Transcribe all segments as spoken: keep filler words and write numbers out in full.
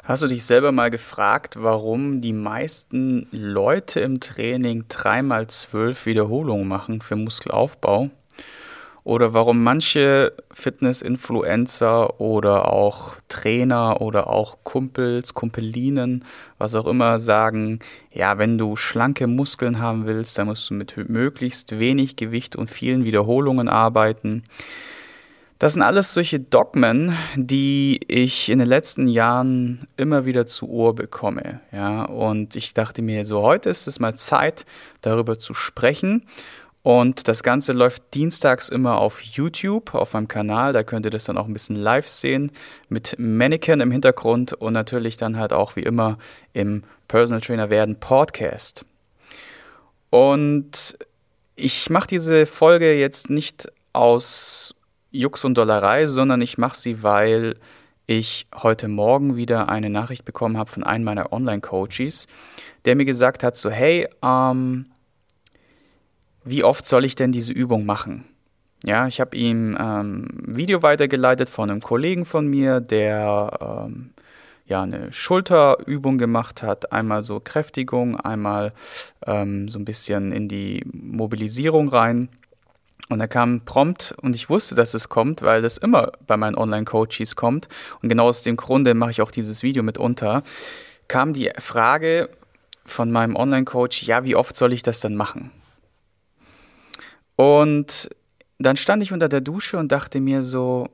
Hast du dich selber mal gefragt, warum die meisten Leute im Training drei mal zwölf Wiederholungen machen für Muskelaufbau? Oder warum manche Fitness-Influencer oder auch Trainer oder auch Kumpels, Kumpelinen, was auch immer sagen, ja, wenn du schlanke Muskeln haben willst, dann musst du mit möglichst wenig Gewicht und vielen Wiederholungen arbeiten. Das sind alles solche Dogmen, die ich in den letzten Jahren immer wieder zu Ohr bekomme. Ja, und ich dachte mir so, heute ist es mal Zeit, darüber zu sprechen. Und das Ganze läuft dienstags immer auf YouTube, auf meinem Kanal. Da könnt ihr das dann auch ein bisschen live sehen, mit Mannequin im Hintergrund und natürlich dann halt auch wie immer im Personal Trainer werden Podcast. Und ich mache diese Folge jetzt nicht aus Jux und Dollerei, sondern ich mache sie, weil ich heute Morgen wieder eine Nachricht bekommen habe von einem meiner Online-Coaches, der mir gesagt hat, so hey, ähm, wie oft soll ich denn diese Übung machen? Ja, ich habe ihm ähm, ein Video weitergeleitet von einem Kollegen von mir, der ähm, ja eine Schulterübung gemacht hat, einmal so Kräftigung, einmal ähm, so ein bisschen in die Mobilisierung rein. Und da kam prompt, und ich wusste, dass es kommt, weil das immer bei meinen Online-Coaches kommt. Und genau aus dem Grunde mache ich auch dieses Video mitunter. Kam die Frage von meinem Online-Coach, ja, wie oft soll ich das dann machen? Und dann stand ich unter der Dusche und dachte mir so,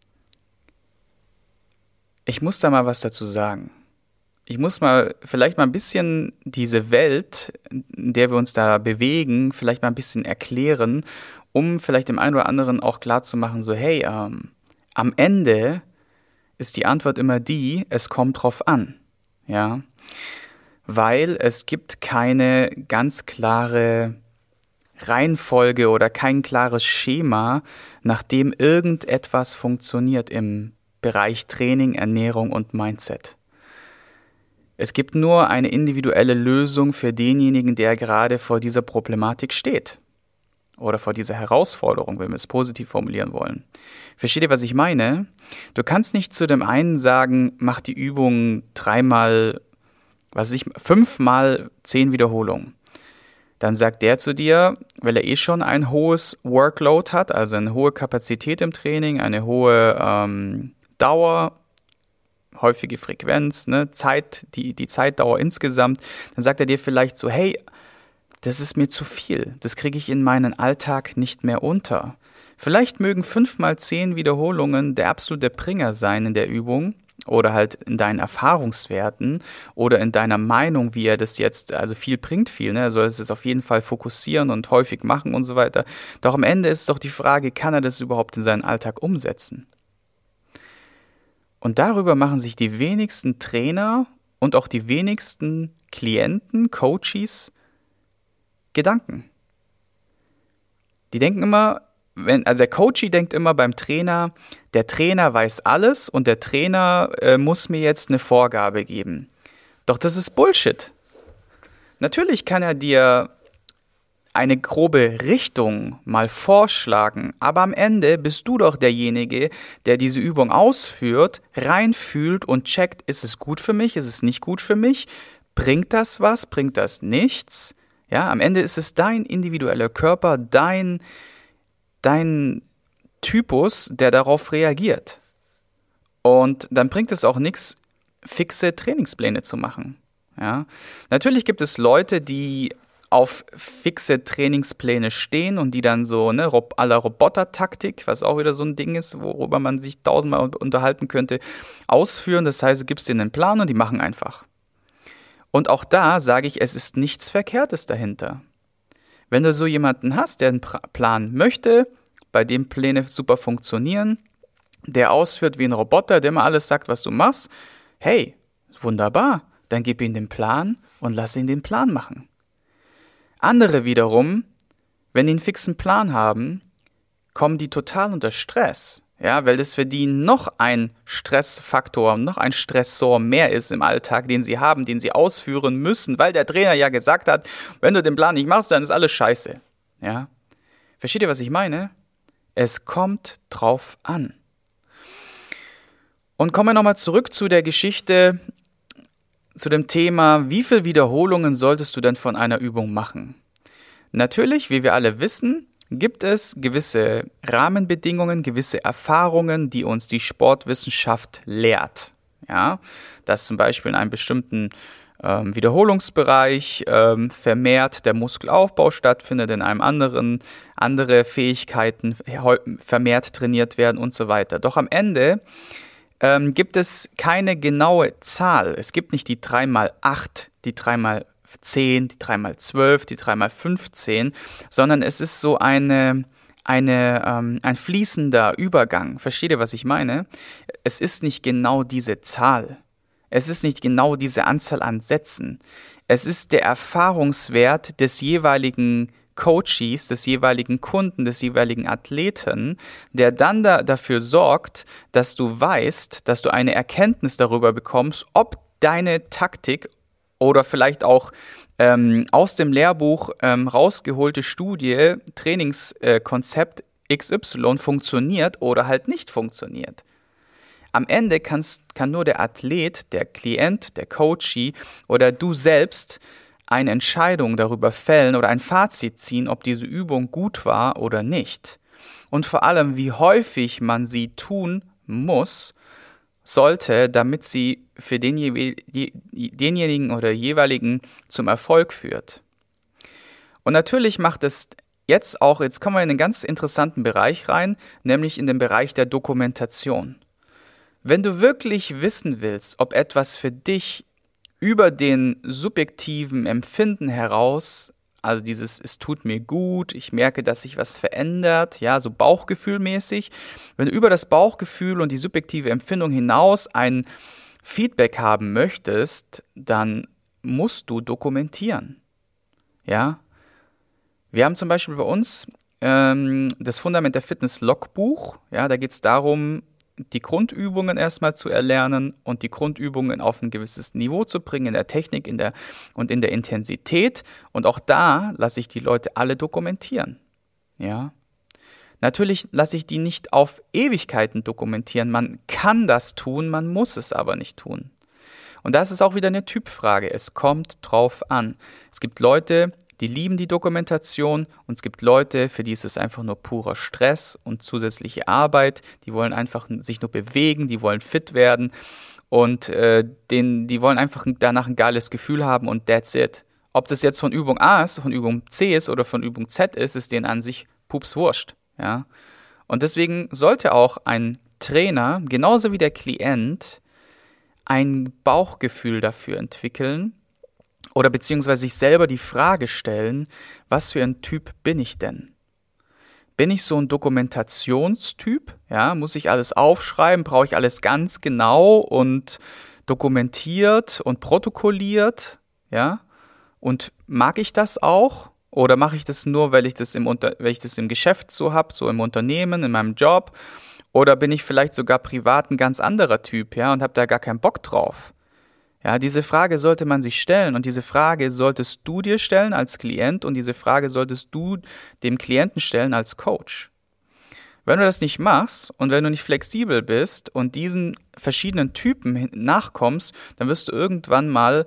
ich muss da mal was dazu sagen. Ich muss mal vielleicht mal ein bisschen diese Welt, in der wir uns da bewegen, vielleicht mal ein bisschen erklären, um vielleicht dem einen oder anderen auch klarzumachen, so hey, ähm, am Ende ist die Antwort immer die, es kommt drauf an, ja, weil es gibt keine ganz klare Reihenfolge oder kein klares Schema, nach dem irgendetwas funktioniert im Bereich Training, Ernährung und Mindset. Es gibt nur eine individuelle Lösung für denjenigen, der gerade vor dieser Problematik steht. Oder vor dieser Herausforderung, wenn wir es positiv formulieren wollen. Versteht ihr, was ich meine? Du kannst nicht zu dem einen sagen, mach die Übung dreimal, was weiß ich, fünfmal zehn Wiederholungen. Dann sagt der zu dir, weil er eh schon ein hohes Workload hat, also eine hohe Kapazität im Training, eine hohe ähm, Dauer, häufige Frequenz, ne, Zeit, die, die Zeitdauer insgesamt, dann sagt er dir vielleicht so, hey, das ist mir zu viel, das kriege ich in meinen Alltag nicht mehr unter. Vielleicht mögen fünf mal zehn Wiederholungen der absolute Bringer sein in der Übung oder halt in deinen Erfahrungswerten oder in deiner Meinung, wie er das jetzt, also viel bringt viel, ne? Er soll es auf jeden Fall fokussieren und häufig machen und so weiter. Doch am Ende ist doch die Frage, kann er das überhaupt in seinen Alltag umsetzen? Und darüber machen sich die wenigsten Trainer und auch die wenigsten Klienten, Coaches Gedanken. Die denken immer, wenn, also der Coachie denkt immer beim Trainer, der Trainer weiß alles und der Trainer äh, muss mir jetzt eine Vorgabe geben. Doch das ist Bullshit. Natürlich kann er dir eine grobe Richtung mal vorschlagen, aber am Ende bist du doch derjenige, der diese Übung ausführt, reinfühlt und checkt, ist es gut für mich, ist es nicht gut für mich, bringt das was, bringt das nichts? Ja, am Ende ist es dein individueller Körper, dein, dein Typus, der darauf reagiert. Und dann bringt es auch nichts, fixe Trainingspläne zu machen. Ja, natürlich gibt es Leute, die auf fixe Trainingspläne stehen und die dann so, ne, à la Roboter-Taktik, was auch wieder so ein Ding ist, worüber man sich tausendmal unterhalten könnte, ausführen. Das heißt, du gibst denen einen Plan und die machen einfach. Und auch da sage ich, es ist nichts Verkehrtes dahinter. Wenn du so jemanden hast, der einen Plan möchte, bei dem Pläne super funktionieren, der ausführt wie ein Roboter, der immer alles sagt, was du machst, hey, wunderbar, dann gib ihm den Plan und lass ihn den Plan machen. Andere wiederum, wenn die einen fixen Plan haben, kommen die total unter Stress. Ja, weil das für die noch ein Stressfaktor, noch ein Stressor mehr ist im Alltag, den sie haben, den sie ausführen müssen, weil der Trainer ja gesagt hat, wenn du den Plan nicht machst, dann ist alles scheiße. Ja? Versteht ihr, was ich meine? Es kommt drauf an. Und kommen wir nochmal zurück zu der Geschichte zu dem Thema, wie viele Wiederholungen solltest du denn von einer Übung machen? Natürlich, wie wir alle wissen, gibt es gewisse Rahmenbedingungen, gewisse Erfahrungen, die uns die Sportwissenschaft lehrt. Ja, dass zum Beispiel in einem bestimmten ähm, Wiederholungsbereich ähm, vermehrt der Muskelaufbau stattfindet, in einem anderen andere Fähigkeiten vermehrt trainiert werden und so weiter. Doch am Ende ähm, gibt es keine genaue Zahl. Es gibt nicht die drei mal acht, die drei mal zehn, die drei mal zwölf, die drei mal fünfzehn, sondern es ist so eine, eine, ähm, ein fließender Übergang. Versteht ihr, was ich meine? Es ist nicht genau diese Zahl. Es ist nicht genau diese Anzahl an Sätzen. Es ist der Erfahrungswert des jeweiligen Coaches, des jeweiligen Kunden, des jeweiligen Athleten, der dann da, dafür sorgt, dass du weißt, dass du eine Erkenntnis darüber bekommst, ob deine Taktik oder vielleicht auch ähm, aus dem Lehrbuch ähm, rausgeholte Studie, Trainingskonzept äh, X Y funktioniert oder halt nicht funktioniert. Am Ende kannst, kann nur der Athlet, der Klient, der Coachee oder du selbst eine Entscheidung darüber fällen oder ein Fazit ziehen, ob diese Übung gut war oder nicht. Und vor allem, wie häufig man sie tun muss, sollte, damit sie für den, denjenigen oder jeweiligen zum Erfolg führt. Und natürlich macht es jetzt auch, jetzt kommen wir in einen ganz interessanten Bereich rein, nämlich in den Bereich der Dokumentation. Wenn du wirklich wissen willst, ob etwas für dich über den subjektiven Empfinden heraus, also dieses, es tut mir gut, ich merke, dass sich was verändert, ja, so bauchgefühlmäßig. Wenn du über das Bauchgefühl und die subjektive Empfindung hinaus ein Feedback haben möchtest, dann musst du dokumentieren, ja. Wir haben zum Beispiel bei uns ähm, das Fundament der Fitness Logbuch, ja, da geht es darum, die Grundübungen erstmal zu erlernen und die Grundübungen auf ein gewisses Niveau zu bringen in der Technik in der, und in der Intensität. Und auch da lasse ich die Leute alle dokumentieren. Ja. Natürlich lasse ich die nicht auf Ewigkeiten dokumentieren. Man kann das tun, man muss es aber nicht tun. Und das ist auch wieder eine Typfrage. Es kommt drauf an. Es gibt Leute, die lieben die Dokumentation und es gibt Leute, für die ist es einfach nur purer Stress und zusätzliche Arbeit. Die wollen einfach sich nur bewegen, die wollen fit werden und äh, den, die wollen einfach danach ein geiles Gefühl haben und that's it. Ob das jetzt von Übung A ist, von Übung C ist oder von Übung Z ist, ist denen an sich pups wurscht. Ja? Und deswegen sollte auch ein Trainer, genauso wie der Klient, ein Bauchgefühl dafür entwickeln, oder beziehungsweise sich selber die Frage stellen, was für ein Typ bin ich denn? Bin ich so ein Dokumentationstyp? Ja, muss ich alles aufschreiben? Brauche ich alles ganz genau und dokumentiert und protokolliert? Ja? Und mag ich das auch? Oder mache ich das nur, weil ich das im, Unter- weil ich das im Geschäft so habe, so im Unternehmen, in meinem Job? Oder bin ich vielleicht sogar privat ein ganz anderer Typ, ja, und habe da gar keinen Bock drauf? Ja, diese Frage sollte man sich stellen und diese Frage solltest du dir stellen als Klient und diese Frage solltest du dem Klienten stellen als Coach. Wenn du das nicht machst und wenn du nicht flexibel bist und diesen verschiedenen Typen nachkommst, dann wirst du irgendwann mal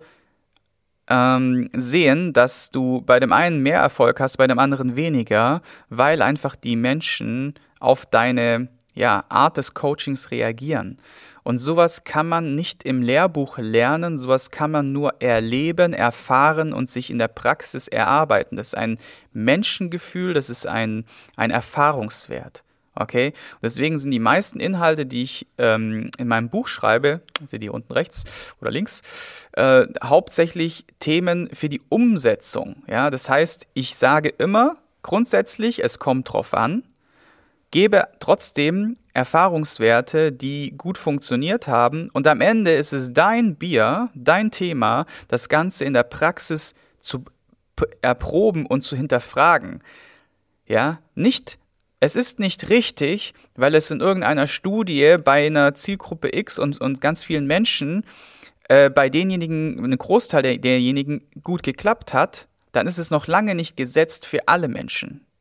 ähm, sehen, dass du bei dem einen mehr Erfolg hast, bei dem anderen weniger, weil einfach die Menschen auf deine ja, Art des Coachings reagieren. Und sowas kann man nicht im Lehrbuch lernen, sowas kann man nur erleben, erfahren und sich in der Praxis erarbeiten. Das ist ein Menschengefühl, das ist ein, ein Erfahrungswert. Okay? Deswegen sind die meisten Inhalte, die ich ähm, in meinem Buch schreibe, seht ihr unten rechts oder links, äh, hauptsächlich Themen für die Umsetzung. Ja? Das heißt, ich sage immer grundsätzlich, es kommt drauf an, gebe trotzdem Erfahrungswerte, die gut funktioniert haben und am Ende ist es dein Bier, dein Thema, das Ganze in der Praxis zu erproben und zu hinterfragen. Ja, nicht, es ist nicht richtig, weil es in irgendeiner Studie bei einer Zielgruppe X und, und ganz vielen Menschen äh, bei denjenigen, ein Großteil der, derjenigen gut geklappt hat, dann ist es noch lange nicht gesetzt für alle Menschen.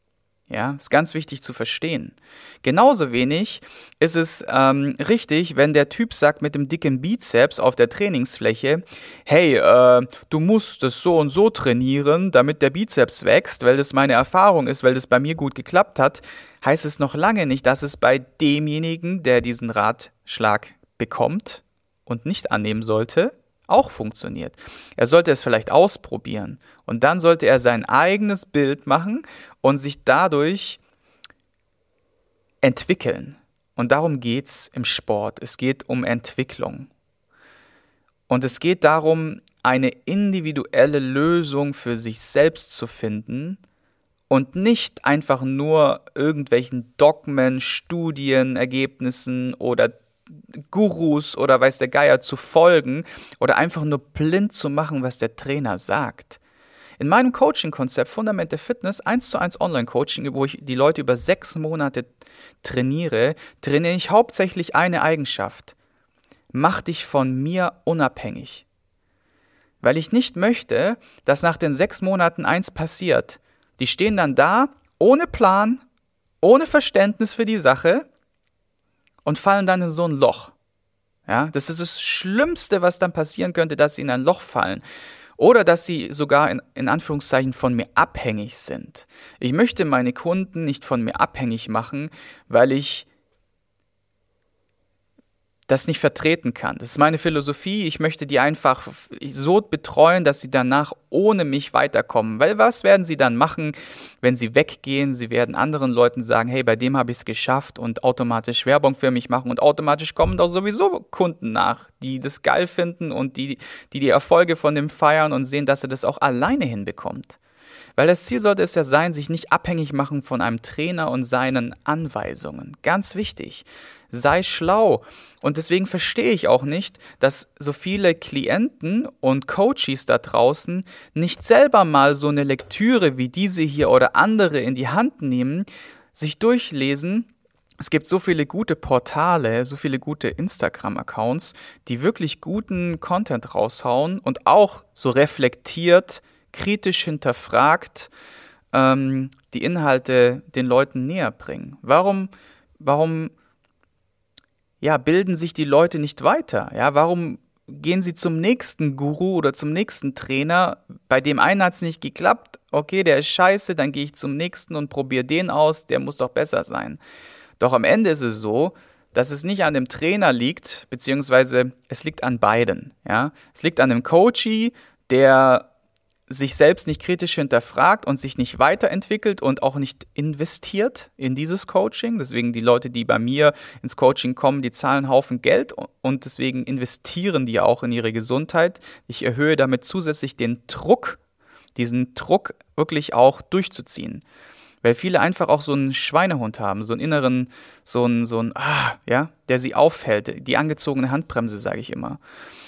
Ja, ist ganz wichtig zu verstehen. Genauso wenig ist es ähm, richtig, wenn der Typ sagt mit dem dicken Bizeps auf der Trainingsfläche, hey, äh, du musst es so und so trainieren, damit der Bizeps wächst, weil das meine Erfahrung ist, weil das bei mir gut geklappt hat, heißt es noch lange nicht, dass es bei demjenigen, der diesen Ratschlag bekommt und nicht annehmen sollte, auch funktioniert. Er sollte es vielleicht ausprobieren und dann sollte er sein eigenes Bild machen und sich dadurch entwickeln. Und darum geht es im Sport. Es geht um Entwicklung. Und es geht darum, eine individuelle Lösung für sich selbst zu finden und nicht einfach nur irgendwelchen Dogmen, Studien, Ergebnissen oder Gurus oder weiß der Geier zu folgen oder einfach nur blind zu machen, was der Trainer sagt. In meinem Coaching-Konzept Fundament der Fitness, eins zu eins Online-Coaching, wo ich die Leute über sechs Monate trainiere, trainiere ich hauptsächlich eine Eigenschaft. Mach dich von mir unabhängig. Weil ich nicht möchte, dass nach den sechs Monaten eins passiert. Die stehen dann da, ohne Plan, ohne Verständnis für die Sache, und fallen dann in so ein Loch. Ja, das ist das Schlimmste, was dann passieren könnte, dass sie in ein Loch fallen. Oder dass sie sogar in, in Anführungszeichen von mir abhängig sind. Ich möchte meine Kunden nicht von mir abhängig machen, weil ich das nicht vertreten kann. Das ist meine Philosophie. Ich möchte die einfach so betreuen, dass sie danach ohne mich weiterkommen. Weil was werden sie dann machen, wenn sie weggehen? Sie werden anderen Leuten sagen, hey, bei dem habe ich es geschafft und automatisch Werbung für mich machen und automatisch kommen doch sowieso Kunden nach, die das geil finden und die die, die Erfolge von dem feiern und sehen, dass er das auch alleine hinbekommt. Weil das Ziel sollte es ja sein, sich nicht abhängig machen von einem Trainer und seinen Anweisungen. Ganz wichtig. Sei schlau. Und deswegen verstehe ich auch nicht, dass so viele Klienten und Coaches da draußen nicht selber mal so eine Lektüre wie diese hier oder andere in die Hand nehmen, sich durchlesen. Es gibt so viele gute Portale, so viele gute Instagram-Accounts, die wirklich guten Content raushauen und auch so reflektiert, kritisch hinterfragt ähm, die Inhalte den Leuten näher bringen. Warum, warum ja, bilden sich die Leute nicht weiter? Ja, warum gehen sie zum nächsten Guru oder zum nächsten Trainer? Bei dem einen hat es nicht geklappt. Okay, der ist scheiße, dann gehe ich zum nächsten und probiere den aus. Der muss doch besser sein. Doch am Ende ist es so, dass es nicht an dem Trainer liegt, beziehungsweise es liegt an beiden. Ja, es liegt an dem Coachee, der sich selbst nicht kritisch hinterfragt und sich nicht weiterentwickelt und auch nicht investiert in dieses Coaching. Deswegen die Leute, die bei mir ins Coaching kommen, die zahlen einen Haufen Geld und deswegen investieren die auch in ihre Gesundheit. Ich erhöhe damit zusätzlich den Druck, diesen Druck wirklich auch durchzuziehen. Weil viele einfach auch so einen Schweinehund haben, so einen inneren, so einen, so einen, ah, ja, der sie aufhält, die angezogene Handbremse, sage ich immer.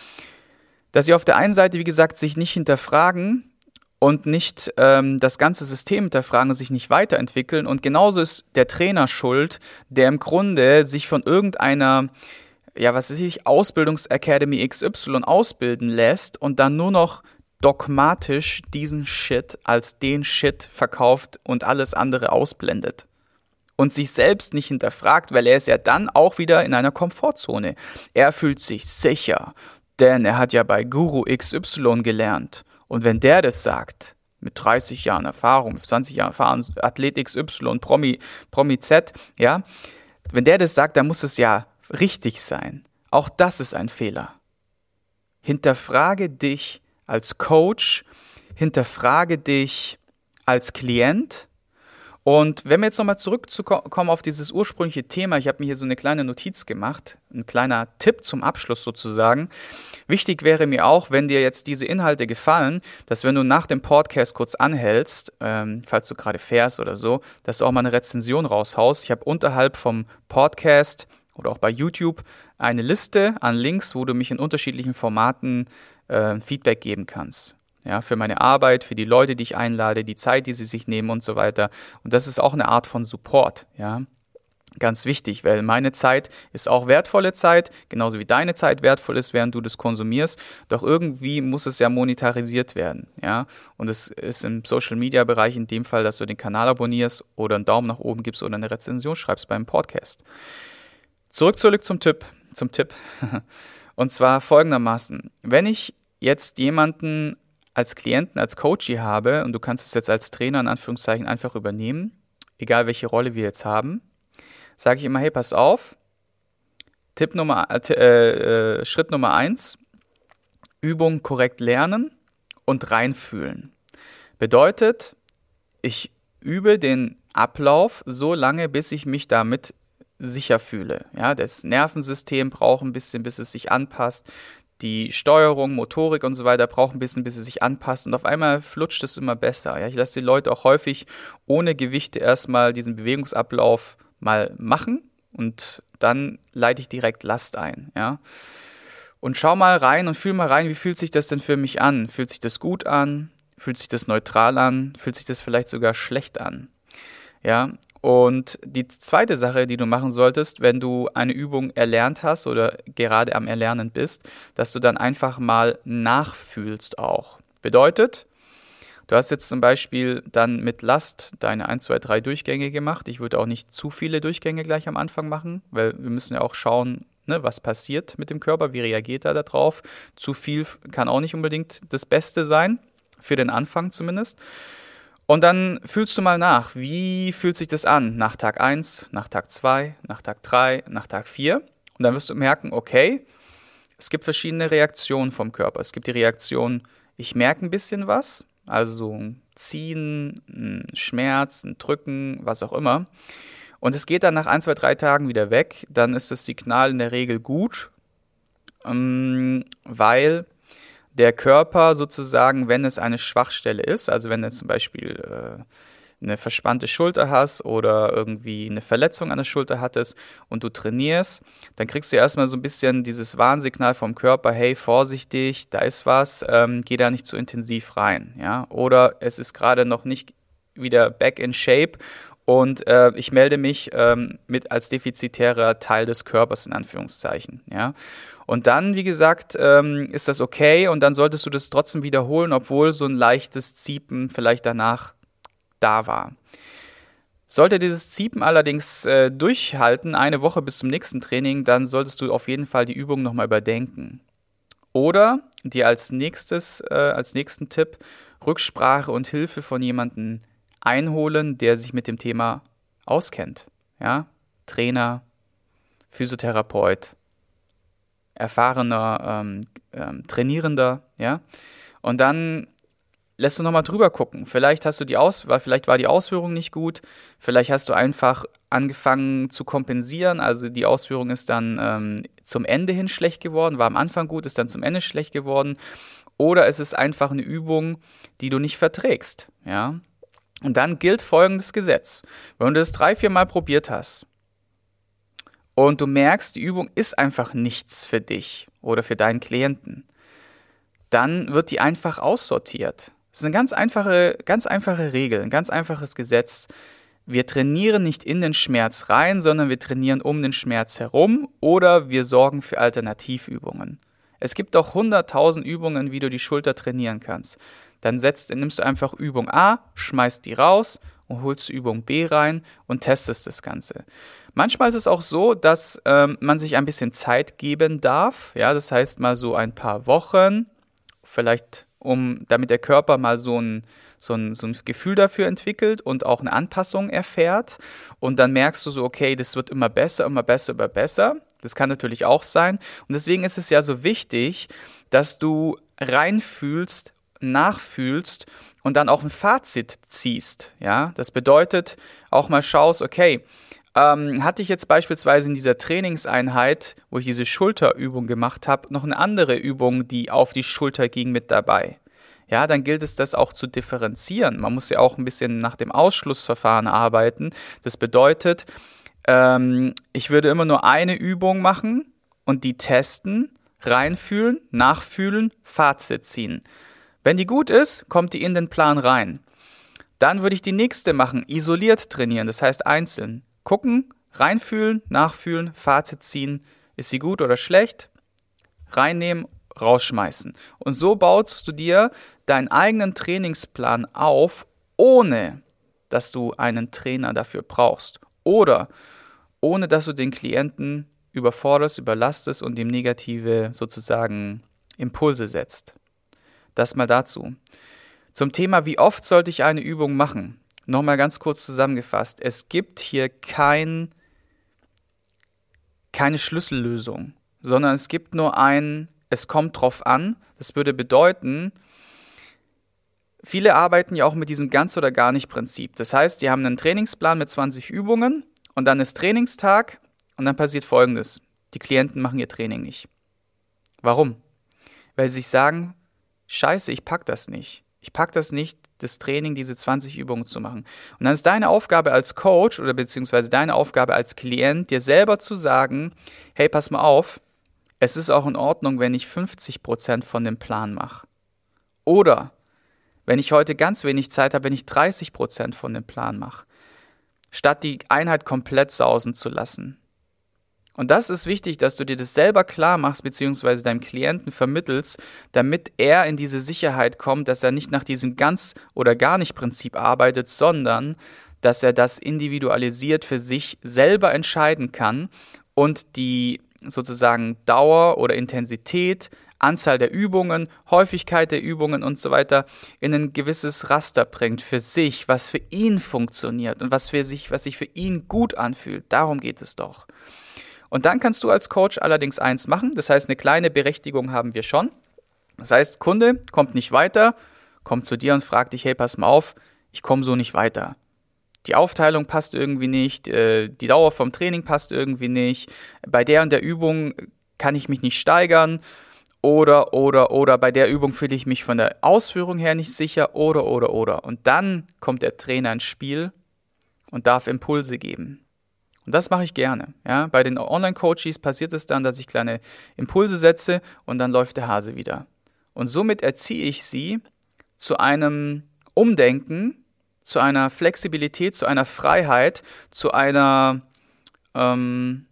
Dass sie auf der einen Seite, wie gesagt, sich nicht hinterfragen und nicht ähm, das ganze System hinterfragen und sich nicht weiterentwickeln. Und genauso ist der Trainer schuld, der im Grunde sich von irgendeiner, ja, was weiß ich, Ausbildungsacademy X Y ausbilden lässt und dann nur noch dogmatisch diesen Shit als den Shit verkauft und alles andere ausblendet. Und sich selbst nicht hinterfragt, weil er ist ja dann auch wieder in einer Komfortzone. Er fühlt sich sicher, denn er hat ja bei Guru X Y gelernt. Und wenn der das sagt, mit dreißig Jahren Erfahrung, zwanzig Jahren Erfahrung, Athlet X Y, Promi, Promi Z, ja, wenn der das sagt, dann muss es ja richtig sein. Auch das ist ein Fehler. Hinterfrage dich als Coach, hinterfrage dich als Klient. Und wenn wir jetzt nochmal zurückkommen auf dieses ursprüngliche Thema, ich habe mir hier so eine kleine Notiz gemacht, ein kleiner Tipp zum Abschluss sozusagen. Wichtig wäre mir auch, wenn dir jetzt diese Inhalte gefallen, dass wenn du nach dem Podcast kurz anhältst, ähm, falls du gerade fährst oder so, dass du auch mal eine Rezension raushaust. Ich habe unterhalb vom Podcast oder auch bei YouTube eine Liste an Links, wo du mich in unterschiedlichen Formaten äh, Feedback geben kannst. Ja, für meine Arbeit, für die Leute, die ich einlade, die Zeit, die sie sich nehmen und so weiter. Und das ist auch eine Art von Support, ja. Ganz wichtig, weil meine Zeit ist auch wertvolle Zeit, genauso wie deine Zeit wertvoll ist, während du das konsumierst. Doch irgendwie muss es ja monetarisiert werden, ja. Und es ist im Social-Media-Bereich in dem Fall, dass du den Kanal abonnierst oder einen Daumen nach oben gibst oder eine Rezension schreibst beim Podcast. Zurück, zurück zum Tipp, zum Tipp. Und zwar folgendermaßen: Wenn ich jetzt jemanden als Klienten, als Coachie habe und du kannst es jetzt als Trainer in Anführungszeichen einfach übernehmen, egal welche Rolle wir jetzt haben, sage ich immer, hey, pass auf, Tipp Nummer, äh, äh, Schritt Nummer eins, Übung korrekt lernen und reinfühlen. Bedeutet, ich übe den Ablauf so lange, bis ich mich damit sicher fühle. Ja, das Nervensystem braucht ein bisschen, bis es sich anpasst. Die Steuerung, Motorik und so weiter braucht ein bisschen, bis es sich anpasst. Und auf einmal flutscht es immer besser. Ja, ich lasse die Leute auch häufig ohne Gewichte erstmal diesen Bewegungsablauf mal machen und dann leite ich direkt Last ein, ja. Und schau mal rein und fühl mal rein, wie fühlt sich das denn für mich an? Fühlt sich das gut an? Fühlt sich das neutral an? Fühlt sich das vielleicht sogar schlecht an? Ja, und die zweite Sache, die du machen solltest, wenn du eine Übung erlernt hast oder gerade am Erlernen bist, dass du dann einfach mal nachfühlst auch. Bedeutet, du hast jetzt zum Beispiel dann mit Last deine eins, zwei, drei Durchgänge gemacht. Ich würde auch nicht zu viele Durchgänge gleich am Anfang machen, weil wir müssen ja auch schauen, ne, was passiert mit dem Körper, wie reagiert er da drauf. Zu viel kann auch nicht unbedingt das Beste sein, für den Anfang zumindest. Und dann fühlst du mal nach, wie fühlt sich das an nach Tag eins, nach Tag zwei, nach Tag drei, nach Tag vier. Und dann wirst du merken, okay, es gibt verschiedene Reaktionen vom Körper. Es gibt die Reaktion, ich merke ein bisschen was, also ein Ziehen, ein Schmerz, ein Drücken, was auch immer. Und es geht dann nach ein, zwei, drei Tagen wieder weg. Dann ist das Signal in der Regel gut, ähm, weil der Körper sozusagen, wenn es eine Schwachstelle ist, also wenn du zum Beispiel äh, eine verspannte Schulter hast oder irgendwie eine Verletzung an der Schulter hattest und du trainierst, dann kriegst du erstmal so ein bisschen dieses Warnsignal vom Körper, hey, vorsichtig, da ist was, ähm, geh da nicht zu intensiv rein, ja, oder es ist gerade noch nicht wieder back in shape und äh, ich melde mich ähm, mit als defizitärer Teil des Körpers in Anführungszeichen, ja. Und dann, wie gesagt, ähm, ist das okay und dann solltest du das trotzdem wiederholen, obwohl so ein leichtes Ziepen vielleicht danach da war. Sollte dieses Ziepen allerdings äh, durchhalten, eine Woche bis zum nächsten Training, dann solltest du auf jeden Fall die Übung nochmal überdenken. Oder dir als nächstes, äh, als nächsten Tipp Rücksprache und Hilfe von jemandem einholen, der sich mit dem Thema auskennt. Ja? Trainer, Physiotherapeut, erfahrener ähm, ähm, Trainierender, ja. Und dann lässt du nochmal drüber gucken. Vielleicht hast du die Aus, vielleicht war die Ausführung nicht gut, vielleicht hast du einfach angefangen zu kompensieren, also die Ausführung ist dann ähm, zum Ende hin schlecht geworden, war am Anfang gut, ist dann zum Ende schlecht geworden. Oder es ist einfach eine Übung, die du nicht verträgst, ja. Und dann gilt folgendes Gesetz. Wenn du das drei, vier Mal probiert hast, und du merkst, die Übung ist einfach nichts für dich oder für deinen Klienten, dann wird die einfach aussortiert. Das ist eine ganz einfache, ganz einfache Regel, ein ganz einfaches Gesetz. Wir trainieren nicht in den Schmerz rein, sondern wir trainieren um den Schmerz herum oder wir sorgen für Alternativübungen. Es gibt doch hunderttausend Übungen, wie du die Schulter trainieren kannst. Dann setzt, nimmst du einfach Übung A, schmeißt die raus und holst Übung B rein und testest das Ganze. Manchmal ist es auch so, dass ähm, man sich ein bisschen Zeit geben darf. Ja, das heißt mal so ein paar Wochen, vielleicht um, damit der Körper mal so ein, so ein, so ein Gefühl dafür entwickelt und auch eine Anpassung erfährt. Und dann merkst du so, okay, das wird immer besser, immer besser, immer besser. Das kann natürlich auch sein. Und deswegen ist es ja so wichtig, dass du reinfühlst, nachfühlst und dann auch ein Fazit ziehst. Ja, das bedeutet auch mal schaust, okay, Ähm, hatte ich jetzt beispielsweise in dieser Trainingseinheit, wo ich diese Schulterübung gemacht habe, noch eine andere Übung, die auf die Schulter ging, mit dabei. Ja, dann gilt es, das auch zu differenzieren. Man muss ja auch ein bisschen nach dem Ausschlussverfahren arbeiten. Das bedeutet, ähm, ich würde immer nur eine Übung machen und die testen, reinfühlen, nachfühlen, Fazit ziehen. Wenn die gut ist, kommt die in den Plan rein. Dann würde ich die nächste machen, isoliert trainieren, das heißt einzeln. Gucken, Reinfühlen, nachfühlen, Fazit ziehen, ist sie gut oder schlecht, reinnehmen, rausschmeißen. Und so baust du dir deinen eigenen Trainingsplan auf, ohne dass du einen Trainer dafür brauchst oder ohne dass du den Klienten überforderst, überlastest und ihm negative sozusagen Impulse setzt. Das mal dazu. Zum Thema, wie oft sollte ich eine Übung machen? Nochmal ganz kurz zusammengefasst. Es gibt hier kein, keine Schlüssellösung, sondern es gibt nur ein, es kommt drauf an. Das würde bedeuten, viele arbeiten ja auch mit diesem ganz oder gar nicht Prinzip. Das heißt, die haben einen Trainingsplan mit zwanzig Übungen und dann ist Trainingstag und dann passiert Folgendes. Die Klienten machen ihr Training nicht. Warum? Weil sie sich sagen, scheiße, ich pack das nicht. Ich pack das nicht, das Training, diese zwanzig Übungen zu machen. Und dann ist deine Aufgabe als Coach oder beziehungsweise deine Aufgabe als Klient, dir selber zu sagen, hey, pass mal auf, es ist auch in Ordnung, wenn ich fünfzig Prozent von dem Plan mache. Oder wenn ich heute ganz wenig Zeit habe, wenn ich dreißig Prozent von dem Plan mache, statt die Einheit komplett sausen zu lassen. Und das ist wichtig, dass du dir das selber klar machst, beziehungsweise deinem Klienten vermittelst, damit er in diese Sicherheit kommt, dass er nicht nach diesem ganz oder gar nicht Prinzip arbeitet, sondern dass er das individualisiert für sich selber entscheiden kann und die sozusagen Dauer oder Intensität, Anzahl der Übungen, Häufigkeit der Übungen und so weiter in ein gewisses Raster bringt für sich, was für ihn funktioniert und was für sich, was sich für ihn gut anfühlt. Darum geht es doch. Und dann kannst du als Coach allerdings eins machen, das heißt, eine kleine Berechtigung haben wir schon. Das heißt, Kunde kommt nicht weiter, kommt zu dir und fragt dich, hey, pass mal auf, ich komme so nicht weiter. Die Aufteilung passt irgendwie nicht, die Dauer vom Training passt irgendwie nicht, bei der und der Übung kann ich mich nicht steigern oder, oder, oder bei der Übung fühle ich mich von der Ausführung her nicht sicher oder, oder, oder. Und dann kommt der Trainer ins Spiel und darf Impulse geben. Und das mache ich gerne. Ja? Bei den Online-Coaches passiert es dann, dass ich kleine Impulse setze und dann läuft der Hase wieder. Und somit erziehe ich sie zu einem Umdenken, zu einer Flexibilität, zu einer Freiheit, zu einer, ähm,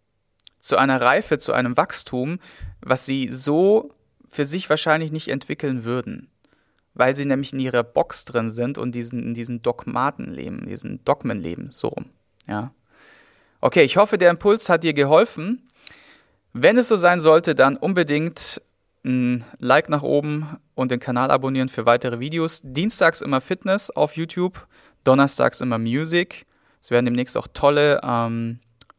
zu einer Reife, zu einem Wachstum, was sie so für sich wahrscheinlich nicht entwickeln würden. Weil sie nämlich in ihrer Box drin sind und diesen, in diesen Dogmaten leben, diesen Dogmen leben, so rum. Ja. Okay, ich hoffe, der Impuls hat dir geholfen. Wenn es so sein sollte, dann unbedingt ein Like nach oben und den Kanal abonnieren für weitere Videos. Dienstags immer Fitness auf YouTube, donnerstags immer Music. Es werden demnächst auch tolle ähm,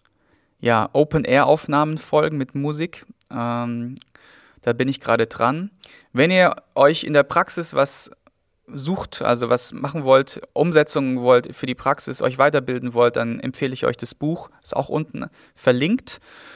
ja, Open-Air-Aufnahmen folgen mit Musik. Ähm, da bin ich gerade dran. Wenn ihr euch in der Praxis was sucht, also was machen wollt, Umsetzungen wollt für die Praxis, euch weiterbilden wollt, dann empfehle ich euch das Buch, ist auch unten verlinkt.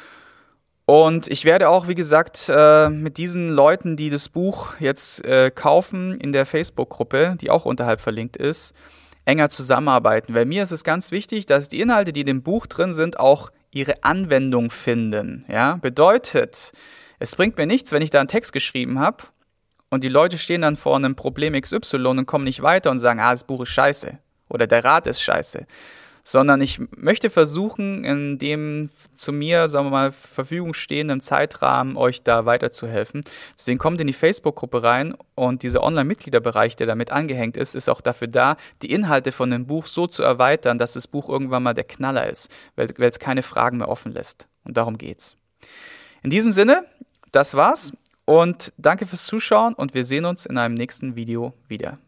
Und ich werde auch, wie gesagt, mit diesen Leuten, die das Buch jetzt kaufen, in der Facebook-Gruppe, die auch unterhalb verlinkt ist, enger zusammenarbeiten. Weil mir ist es ganz wichtig, dass die Inhalte, die in dem Buch drin sind, auch ihre Anwendung finden. Ja? Bedeutet, es bringt mir nichts, wenn ich da einen Text geschrieben habe, und die Leute stehen dann vor einem Problem X Y und kommen nicht weiter und sagen, ah, das Buch ist scheiße oder der Rat ist scheiße. Sondern ich möchte versuchen, in dem zu mir, sagen wir mal, Verfügung stehenden Zeitrahmen euch da weiterzuhelfen. Deswegen kommt in die Facebook-Gruppe rein und dieser Online-Mitgliederbereich, der damit angehängt ist, ist auch dafür da, die Inhalte von dem Buch so zu erweitern, dass das Buch irgendwann mal der Knaller ist, weil, weil es keine Fragen mehr offen lässt. Und darum geht's. In diesem Sinne, das war's. Und danke fürs Zuschauen und wir sehen uns in einem nächsten Video wieder.